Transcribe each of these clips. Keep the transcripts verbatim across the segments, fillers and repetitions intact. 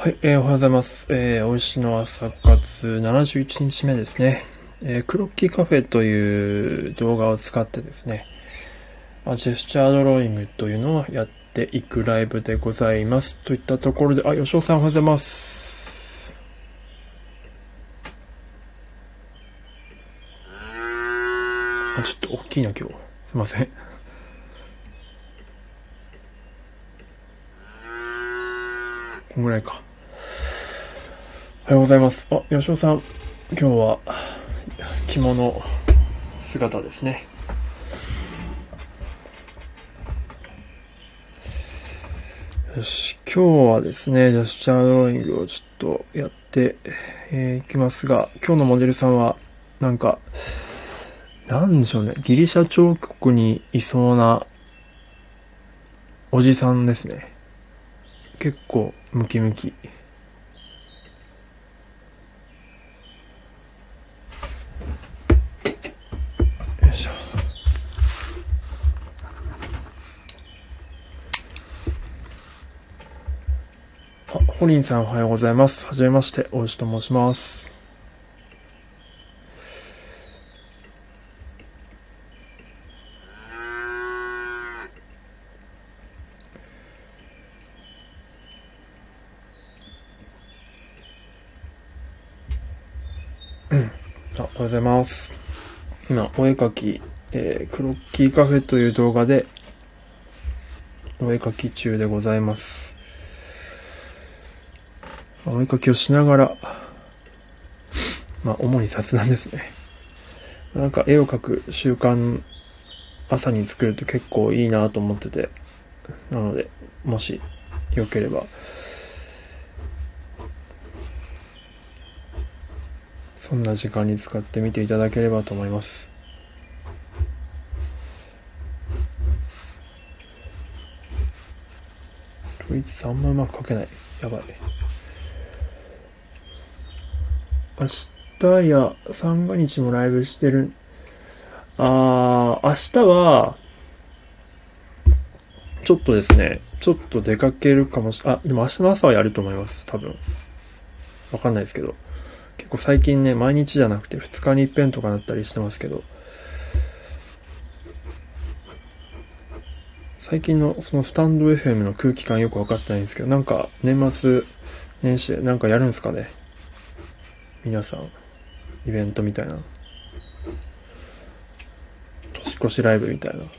はい、えーおはようございます。えー、おいしの朝活ななじゅういちにちめですね。えー、クロッキーカフェという動画を使ってですね、まあ、ジェスチャードローイングというのをやっていくライブでございます。といったところで、あ、吉尾さんおはようございます。あ、ちょっと大きいな今日。すいません。こんぐらいか。おはようございます。あ、吉尾さん、今日は着物姿ですね。よし、今日はですね、ジェスチャードローイングをちょっとやってい、えー、きますが、今日のモデルさんは、なんか、なんでしょうね、ギリシャ彫刻にいそうなおじさんですね。結構ムキムキ。よいしょ。あ、ホリンさんおはようございます。はじめまして、大石と申します。うん。あ、おはようございます。今、お絵描き、えー、クロッキーカフェという動画で、お絵描き中でございます。お絵描きをしながら、まあ、主に雑談ですね。なんか絵を描く習慣、朝に作ると結構いいなと思ってて、なので、もしよければ、そんな時間に使ってみていただければと思います。統一さんあんまうまく描けない。やばい。明日や三が日もライブしてる。あー、明日は、ちょっとですね、ちょっと出かけるかもし、あ、でも明日の朝はやると思います。多分。わかんないですけど。結構最近ね、毎日じゃなくてふつかに一遍とかなったりしてますけど、最近のそのスタンド エフエム の空気感よく分かってないんですけど、なんか年末年始でなんかやるんですかね、皆さん。イベントみたいな、年越しライブみたいな。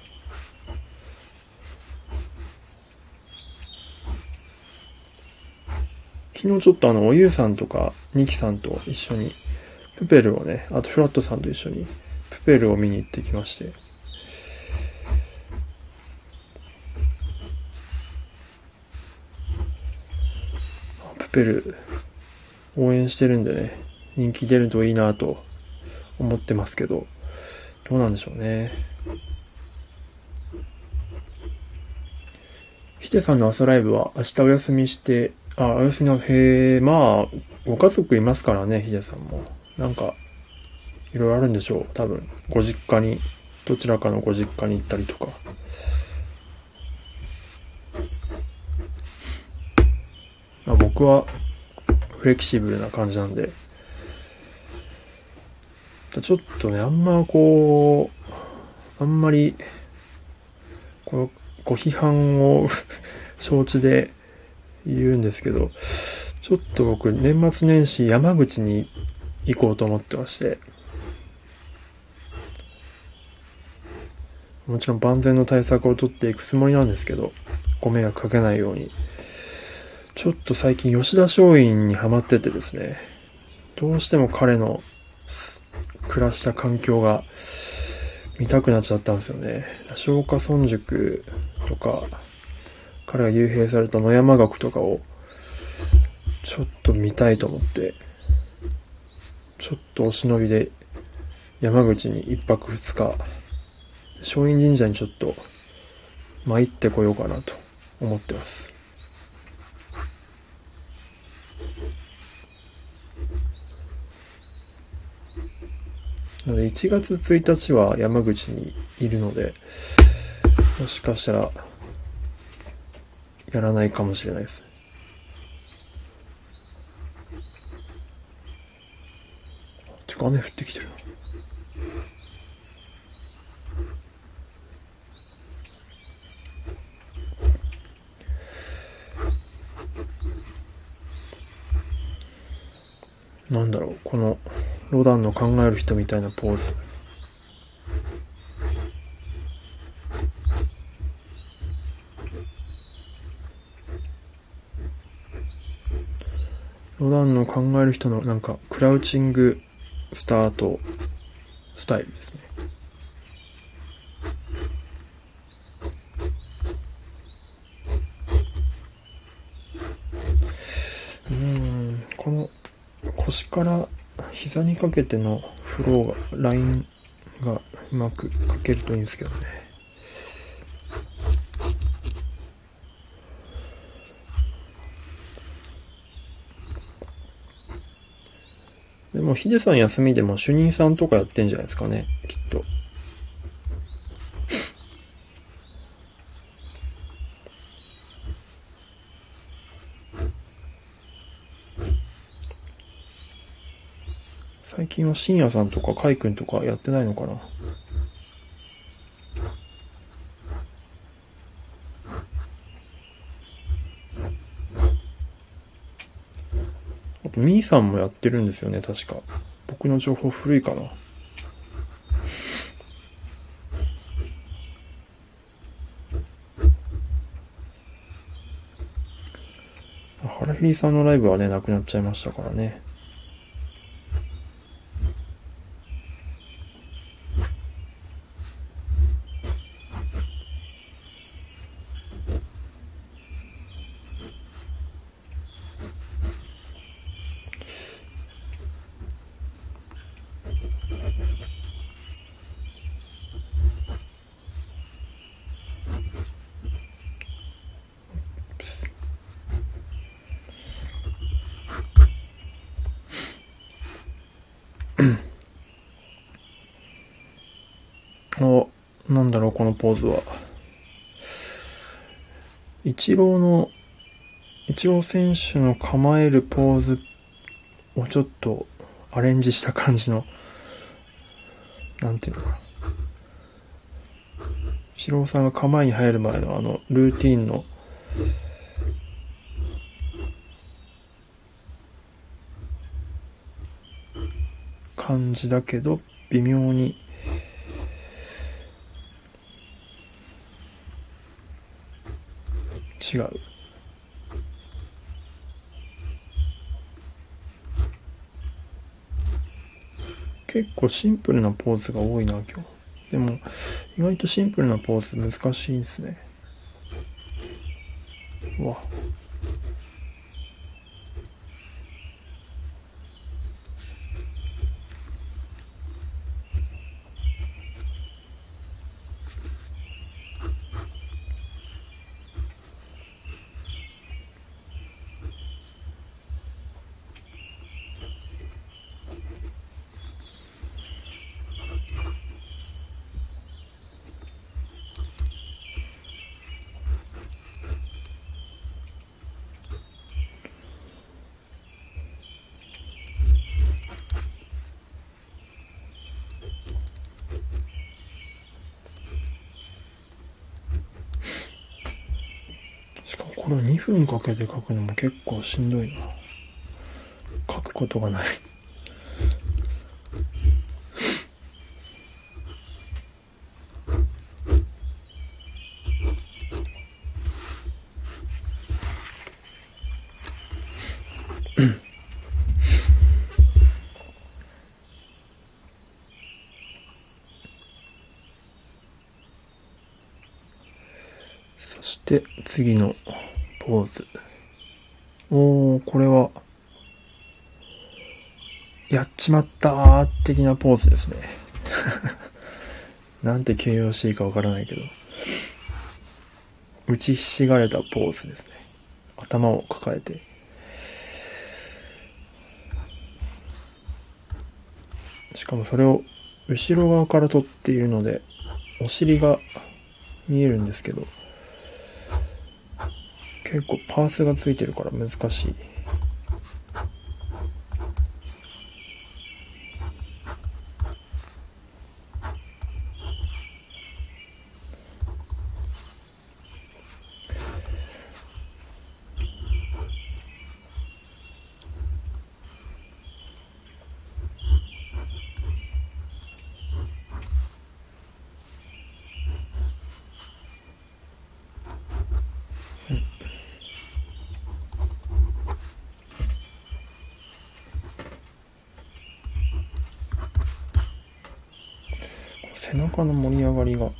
昨日ちょっとあのおゆうさんとかニキさんと一緒にプペルをね、あとフラットさんと一緒にプペルを見に行ってきまして、プペル応援してるんでね、人気出るといいなと思ってますけど、どうなんでしょうね。ヒデさんの朝ライブは明日お休みして、あ、お休みの、へえ、まあ、ご家族いますからね、ヒデさんも。なんか、いろいろあるんでしょう、多分。ご実家に、どちらかのご実家に行ったりとか。まあ、僕は、フレキシブルな感じなんで、ちょっとね、あんまこう、あんまり、この、ご批判を承知で言うんですけど、ちょっと僕、年末年始山口に行こうと思ってまして、もちろん万全の対策を取っていくつもりなんですけど、ご迷惑かけないように。ちょっと最近吉田松陰にハマっててですね、どうしても彼の暮らした環境が見たくなっちゃったんですよね。松下村塾とか、彼が幽閉された野山学とかをちょっと見たいと思って、ちょっとお忍びで山口に一泊二日、松陰神社にちょっと参ってこようかなと思ってます。なのでいちがつついたちは山口にいるので、もしかしたらやらないかもしれないです。 と雨降ってきてるな。なんだろう、このロダンの考える人みたいなポーズ。ロダンの考える人のなんかクラウチングスタートスタイルですね。うーん、この腰から膝にかけてのフローがラインがうまく描けるといいんですけどね。でもヒデさん休みでも主任さんとかやってんじゃないですかね、きっと。最近は深夜さんとかカイ君とかやってないのかな。あとミーさんもやってるんですよね、確か。僕の情報古いかな。ハラヒリさんのライブはね、なくなっちゃいましたからね。お、なんだろう、このポーズは。イチローの、イチロー選手の構えるポーズをちょっとアレンジした感じの、なんていうのかな。イチローさんが構えに入る前のあの、ルーティーンの、感じだけど、微妙に、違う。結構シンプルなポーズが多いな、今日。でも、意外とシンプルなポーズ難しいですね。うわ。しかもこれをにふんかけて書くのも結構しんどいな。書くことがない。そして次のポーズ。おー、これは、やっちまったー的なポーズですね。なんて形容していいかわからないけど。打ちひしがれたポーズですね。頭を抱えて。しかもそれを後ろ側から撮っているので、お尻が見えるんですけど、結構パースがついてるから難しい。 背中の盛り上がりが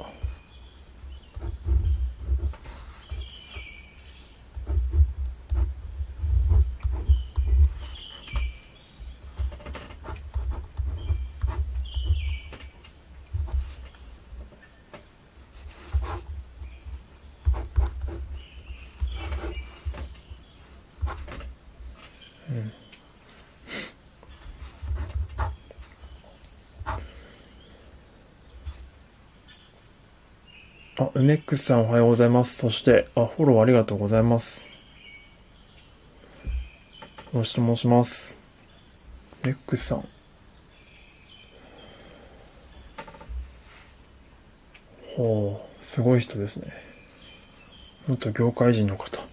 あ、梅ックスさんおはようございます。そして、あ、フォローありがとうございます。よろしく申します。梅ックスさん。ほう、すごい人ですね。元業界人の方。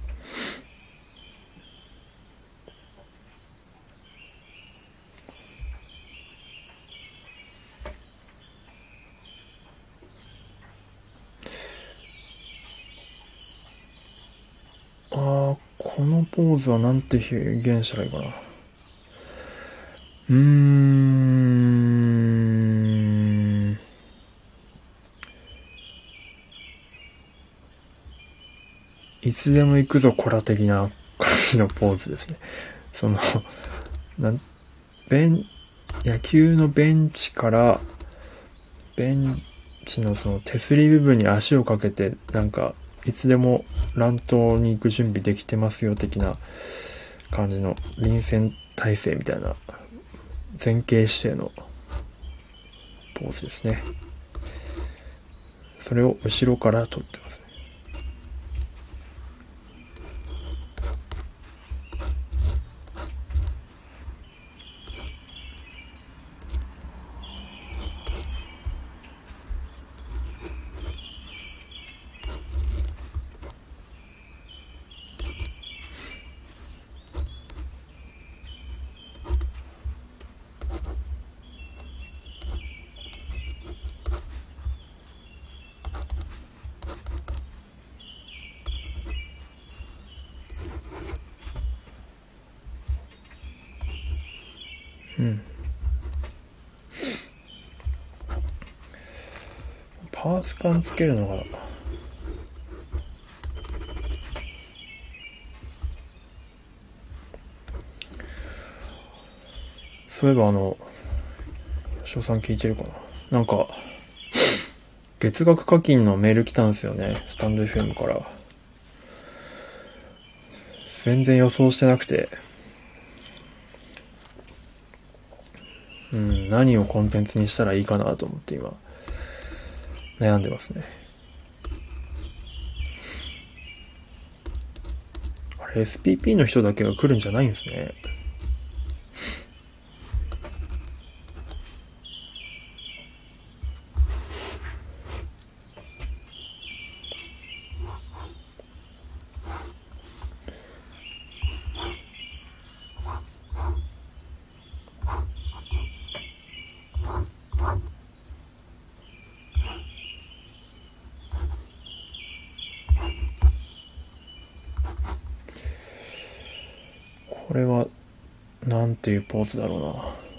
あー、このポーズはなんて表現したらいいかな。うーん。いつでも行くぞコラ的な感じのポーズですね。その、なん、ベン、野球のベンチから、ベンチのその手すり部分に足をかけて、なんか、いつでも乱闘に行く準備できてますよ的な感じの臨戦態勢みたいな前傾姿勢のポーズですね。それを後ろから撮ってますね。うん。パースカンつけるのがそういえばあの翔さん聞いてるかな、なんか月額課金のメール来たんですよね、スタンド エフエム から。全然予想してなくて、うん、何をコンテンツにしたらいいかなと思って今悩んでますね。あれ エスピーピー の人だけが来るんじゃないんですね。これはなんていうポーズだろう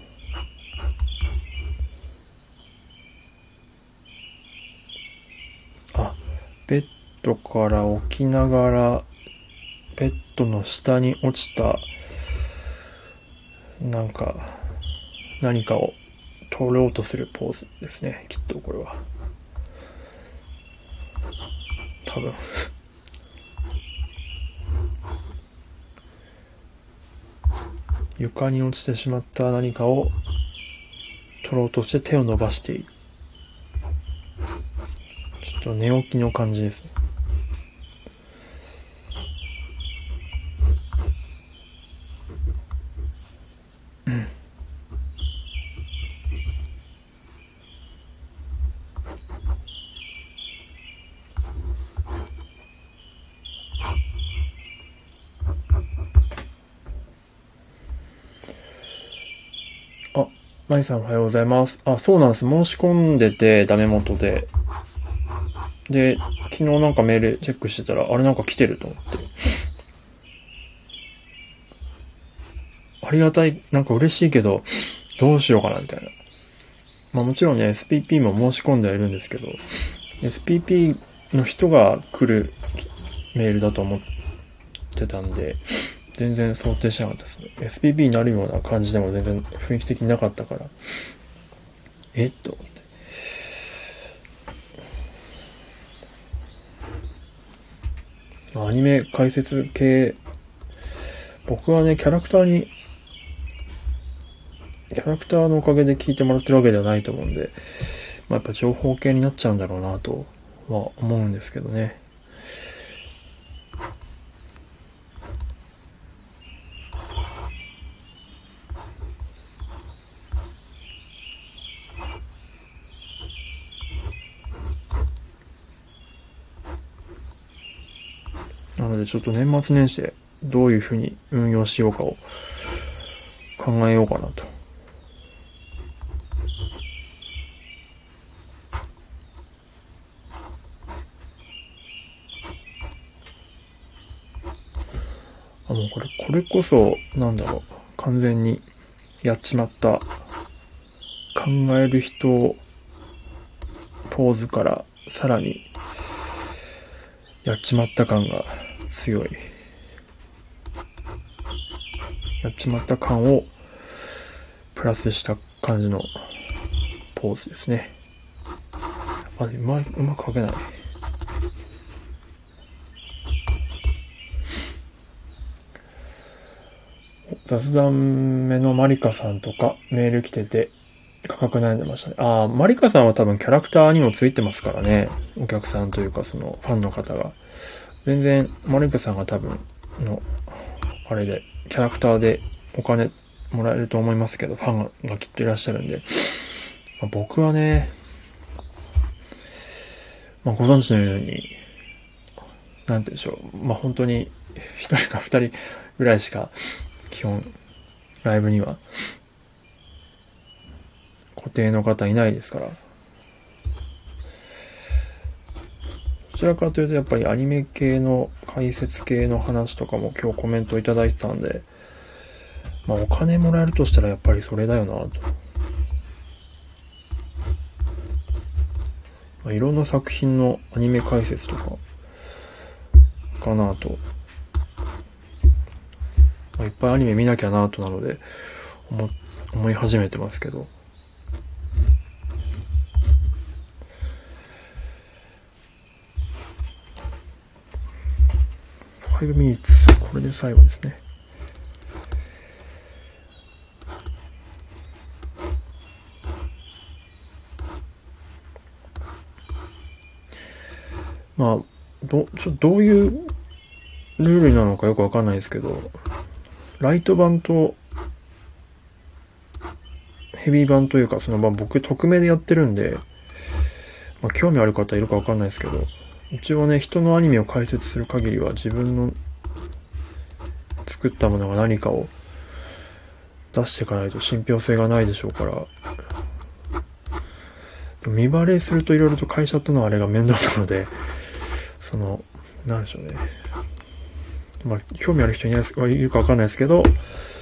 なあ。ベッドから起きながらベッドの下に落ちたなんか何かを取ろうとするポーズですね、きっとこれは多分床に落ちてしまった何かを取ろうとして手を伸ばしている。ちょっと寝起きの感じですね。あ、まいさんおはようございます。あ、そうなんです。申し込んでてダメ元で。で、昨日なんかメールチェックしてたら、あれなんか来てると思って。ありがたい、なんか嬉しいけど、どうしようかなみたいな。 まあもちろんね、エスピーピー も申し込んではいるんですけど、エスピーピー の人が来るメールだと思ってたんで、全然想定しなかったですね。エスピーピー になるような感じでも全然雰囲気的になかったから、えっと思って。アニメ解説系、僕はね、キャラクターに、キャラクターのおかげで聞いてもらってるわけではないと思うんで、まあ、やっぱ情報系になっちゃうんだろうなとは思うんですけどね。なのでちょっと年末年始でどういうふうに運用しようかを考えようかなと。あ、もうこれ、これこそ、なんだろう、完全にやっちまった、考える人ポーズからさらにやっちまった感が強い。やっちまった感をプラスした感じのポーズですね。あ、うまい、うまく書けない。雑談目のマリカさんとかメール来てて価格悩んでましたね。ああ、マリカさんは多分キャラクターにもついてますからね。お客さんというかそのファンの方が。全然マリカさんが多分の、あれで、キャラクターでお金もらえると思いますけど、ファンがきっといらっしゃるんで。まあ、僕はね、まあ、ご存知のように、なんて言うんでしょう。まあ、本当に一人か二人ぐらいしか基本ライブには固定の方いないですから。どちらかというとやっぱりアニメ系の解説系の話とかも今日コメントいただいてたんで、まあお金もらえるとしたらやっぱりそれだよなと。まあ、いろんな作品のアニメ解説とかかなと。まあ、いっぱいアニメ見なきゃなとなので思、思い始めてますけど。ファイブミニッツ、これで最後ですね。まあ、ど、ちょっとどういうルールなのかよくわかんないですけど、ライト版とヘビー版というか、そのまあ僕匿名でやってるんで、まあ興味ある方いるかわかんないですけど、一応ね、人のアニメを解説する限りは自分の作ったものが何かを出していかないと信憑性がないでしょうから、見バレするといろいろと会社とのあれが面倒なので、その、なんでしょうね。まあ、興味ある人いないいるかわかんないですけど、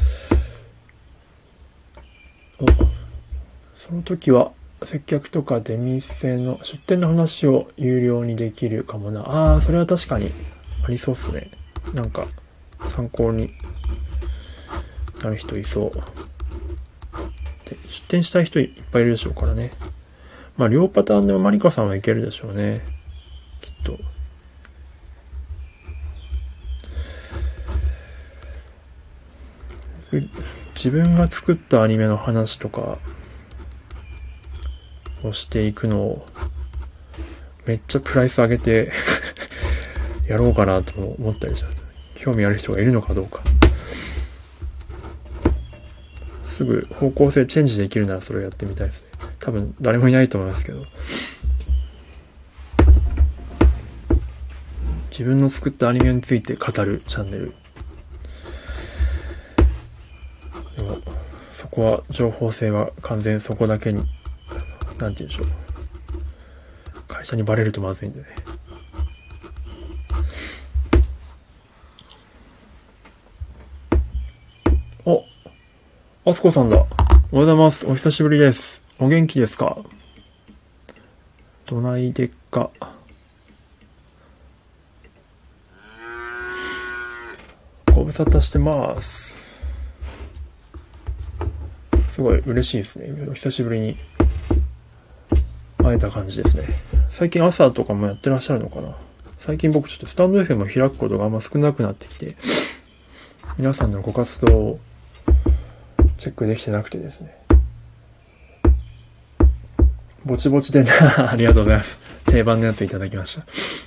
その時は接客とか出店の出店の話を有料にできるかもな。ああ、それは確かにありそうっすね。なんか参考になる人いそう。で、出店したい人いっぱいいるでしょうからね。まあ両パターンでもマリカさんはいけるでしょうね。きっと。自分が作ったアニメの話とかをしていくのをめっちゃプライス上げてやろうかなとも思ったりします。興味ある人がいるのかどうか。すぐ方向性チェンジできるならそれをやってみたいですね。多分誰もいないと思いますけど。自分の作ったアニメについて語るチャンネル。でもそこは情報性は完全そこだけに、なんて言うんでしょう。会社にバレるとまずいんでね。お、あすこさんだ。おはようございます。お久しぶりです。 お元気ですか？どないでっか。ご無沙汰してます。すごい嬉しいですね。久しぶりに会えた感じですね。最近朝とかもやってらっしゃるのかな。最近僕ちょっとスタンド エフエム を開くことがあんま少なくなってきて、皆さんのご活動をチェックできてなくてですね。ぼちぼちでな、ありがとうございます。定番のやついただきました。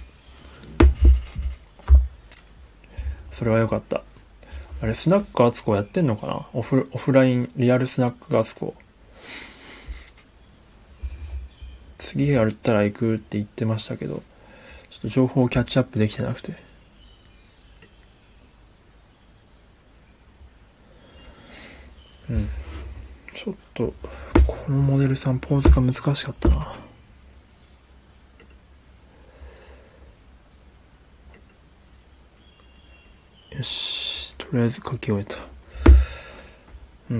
それは良かった。あれ、スナックあつこやってんのかな？オフ、オフライン、リアルスナックあつこ。次やったら行くって言ってましたけど、ちょっと情報をキャッチアップできてなくて。うん。ちょっと、このモデルさんポーズが難しかったな。よし、とりあえず書き終えた。うん。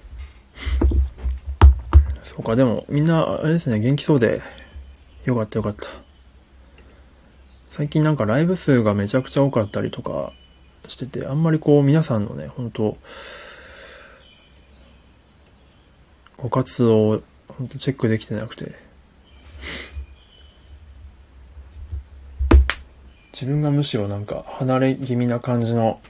そうか、でもみんなあれですね、元気そうでよかったよかった。最近なんかライブ数がめちゃくちゃ多かったりとかしてて、あんまりこう皆さんのね、本当ご活動を本当チェックできてなくて、自分がむしろなんか離れ気味な感じの、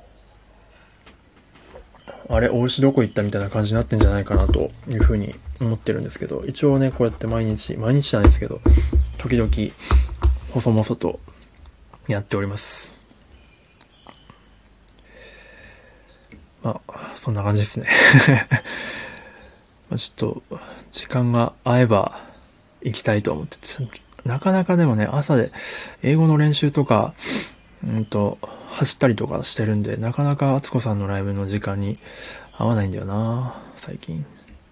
あれ、お牛どこ行ったみたいな感じになってんじゃないかなというふうに思ってるんですけど、一応ね、こうやって毎日、毎日じゃないですけど、時々、細々とやっております。まあ、そんな感じですね。まあちょっと、時間が合えば行きたいと思ってて、なかなかでもね、朝で英語の練習とか、うんと、走ったりとかしてるんで、なかなかあつこさんのライブの時間に合わないんだよな、最近。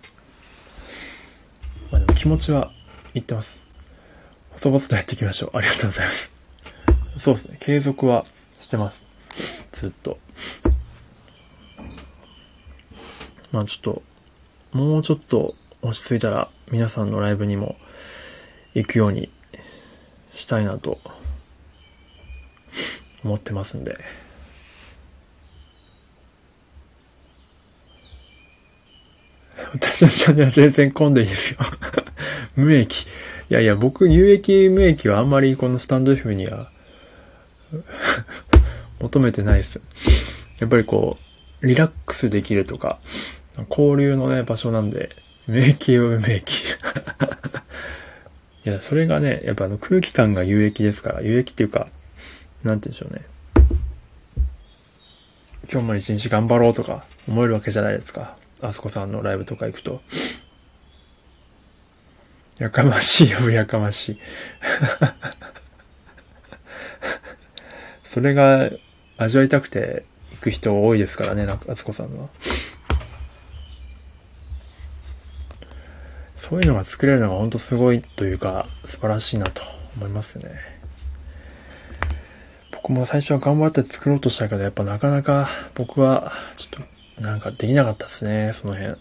まあでも気持ちは言ってます。細々とやっていきましょう。ありがとうございます。そうですね、継続はしてます。ずっと。まあちょっと、もうちょっと落ち着いたら皆さんのライブにも行くようにしたいなと思ってますんで。私のチャンネルは全然混んでいいですよ。無益。いやいや、僕、有益無益はあんまりこのスタンド エフエム には求めてないです。やっぱりこう、リラックスできるとか、交流のね、場所なんで、無益は無益。いや、それがね、やっぱあの空気感が有益ですから、有益っていうか、なんて言うんでしょうね。今日も一日頑張ろうとか思えるわけじゃないですか。あすこさんのライブとか行くと。やかましいよ、やかましい。それが味わいたくて行く人多いですからね、あすこさんのは。そういうのが作れるのが本当すごいというか、素晴らしいなと思いますね。僕も最初は頑張って作ろうとしたけど、やっぱなかなか僕はちょっとなんかできなかったですね、その辺。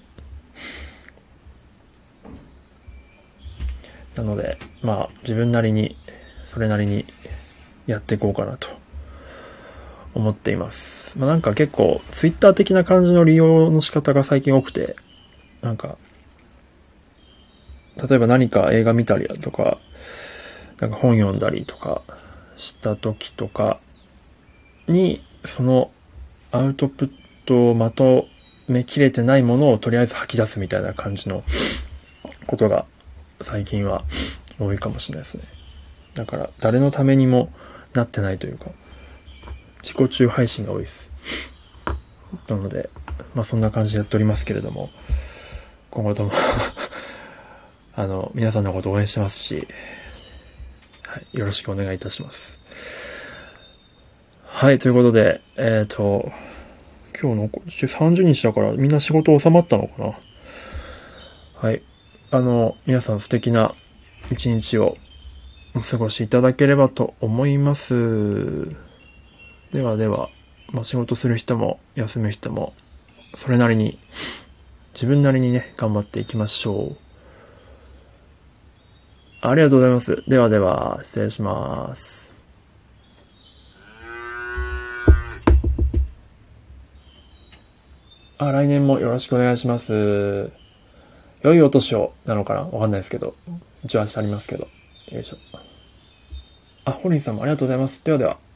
なので、まあ自分なりに、それなりにやっていこうかなと思っています。まあなんか結構ツイッター的な感じの利用の仕方が最近多くて、なんか、例えば何か映画見たりだとか、なんか本読んだりとかした時とかに、そのアウトプットをまとめきれてないものをとりあえず吐き出すみたいな感じのことが最近は多いかもしれないですね。だから誰のためにもなってないというか、自己中配信が多いです。なので、まあそんな感じでやっておりますけれども、今後ともあの皆さんのことを応援してますし、はい、よろしくお願いいたします。はい、ということで、えっと、今日のさんじゅうにちだからみんな仕事収まったのかな。はい。あの、皆さん素敵な一日をお過ごしいただければと思います。ではでは、まあ、仕事する人も休む人もそれなりに自分なりにね、頑張っていきましょう。ありがとうございます。ではでは、失礼します。あ、来年もよろしくお願いします。良いお年をなのかなわかんないですけど。一応明日ありますけど。よいしょ。あ、ホリンさんもありがとうございます。ではでは。